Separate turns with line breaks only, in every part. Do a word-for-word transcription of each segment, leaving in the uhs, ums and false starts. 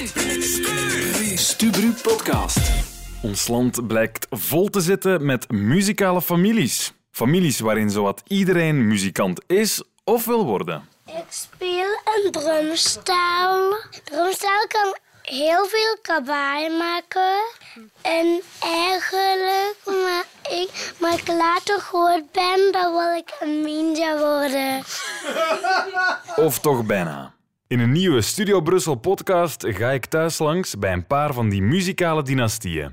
Stubru podcast. Ons land blijkt vol te zitten met muzikale families. Families waarin zowat iedereen muzikant is of wil worden.
Ik speel een drumstel. Drumstel kan heel veel kabaal maken. En eigenlijk, maar ik, maar ik later groot ben, dan wil ik een ninja worden.
Of toch bijna. In een nieuwe Studio Brussel podcast ga ik thuis langs bij een paar van die muzikale dynastieën.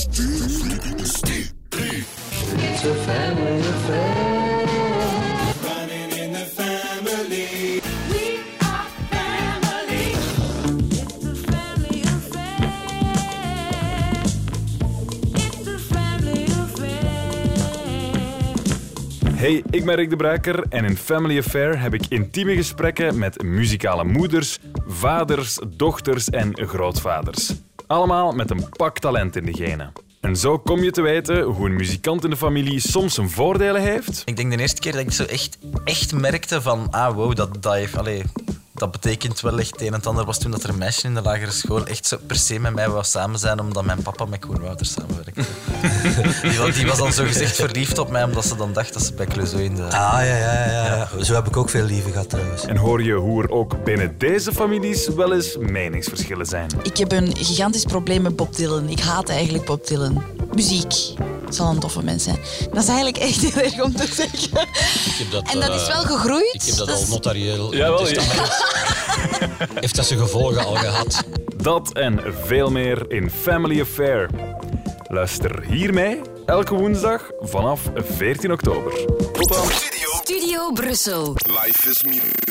It's a family affair. Running in the family.
We are family. It's a family affair. It's a family affair.
Hey, ik ben Rick de Bruiker en in Family Affair heb ik intieme gesprekken met muzikale moeders, vaders, dochters en grootvaders. Allemaal met een pak talent in de genen. En zo kom je te weten hoe een muzikant in de familie soms zijn voordelen heeft.
Ik denk de eerste keer dat ik zo echt, echt merkte van... Ah, wow, dat, dat, heeft, allee, dat betekent wel echt het een en het ander. Was toen dat er een meisje in de lagere school echt zo per se met mij wou samen zijn, omdat mijn papa met Koen Wouters samenwerkte. die, was, die was dan zo gezegd verliefd op mij, omdat ze dan dacht dat ze bij Clouseau in de...
Ah, ja, ja, ja, ja. Zo heb ik ook veel lieven gehad trouwens.
En hoor je hoe er ook binnen deze families wel eens meningsverschillen zijn.
Ik heb een gigantisch probleem met Bob Dylan. Ik haat eigenlijk Bob Dylan. Muziek zal een toffe mens zijn. Dat is eigenlijk echt heel erg om te zeggen.
Ik heb dat,
En dat is wel
uh,
gegroeid.
Ik heb dat
dus...
al notarieel in
Jawel,
het testament. Heeft dat zijn gevolgen al gehad?
Dat en veel meer in Family Affair. Luister hiermee elke woensdag vanaf veertien oktober. Tot dan.
Studio Brussel.
Life is music.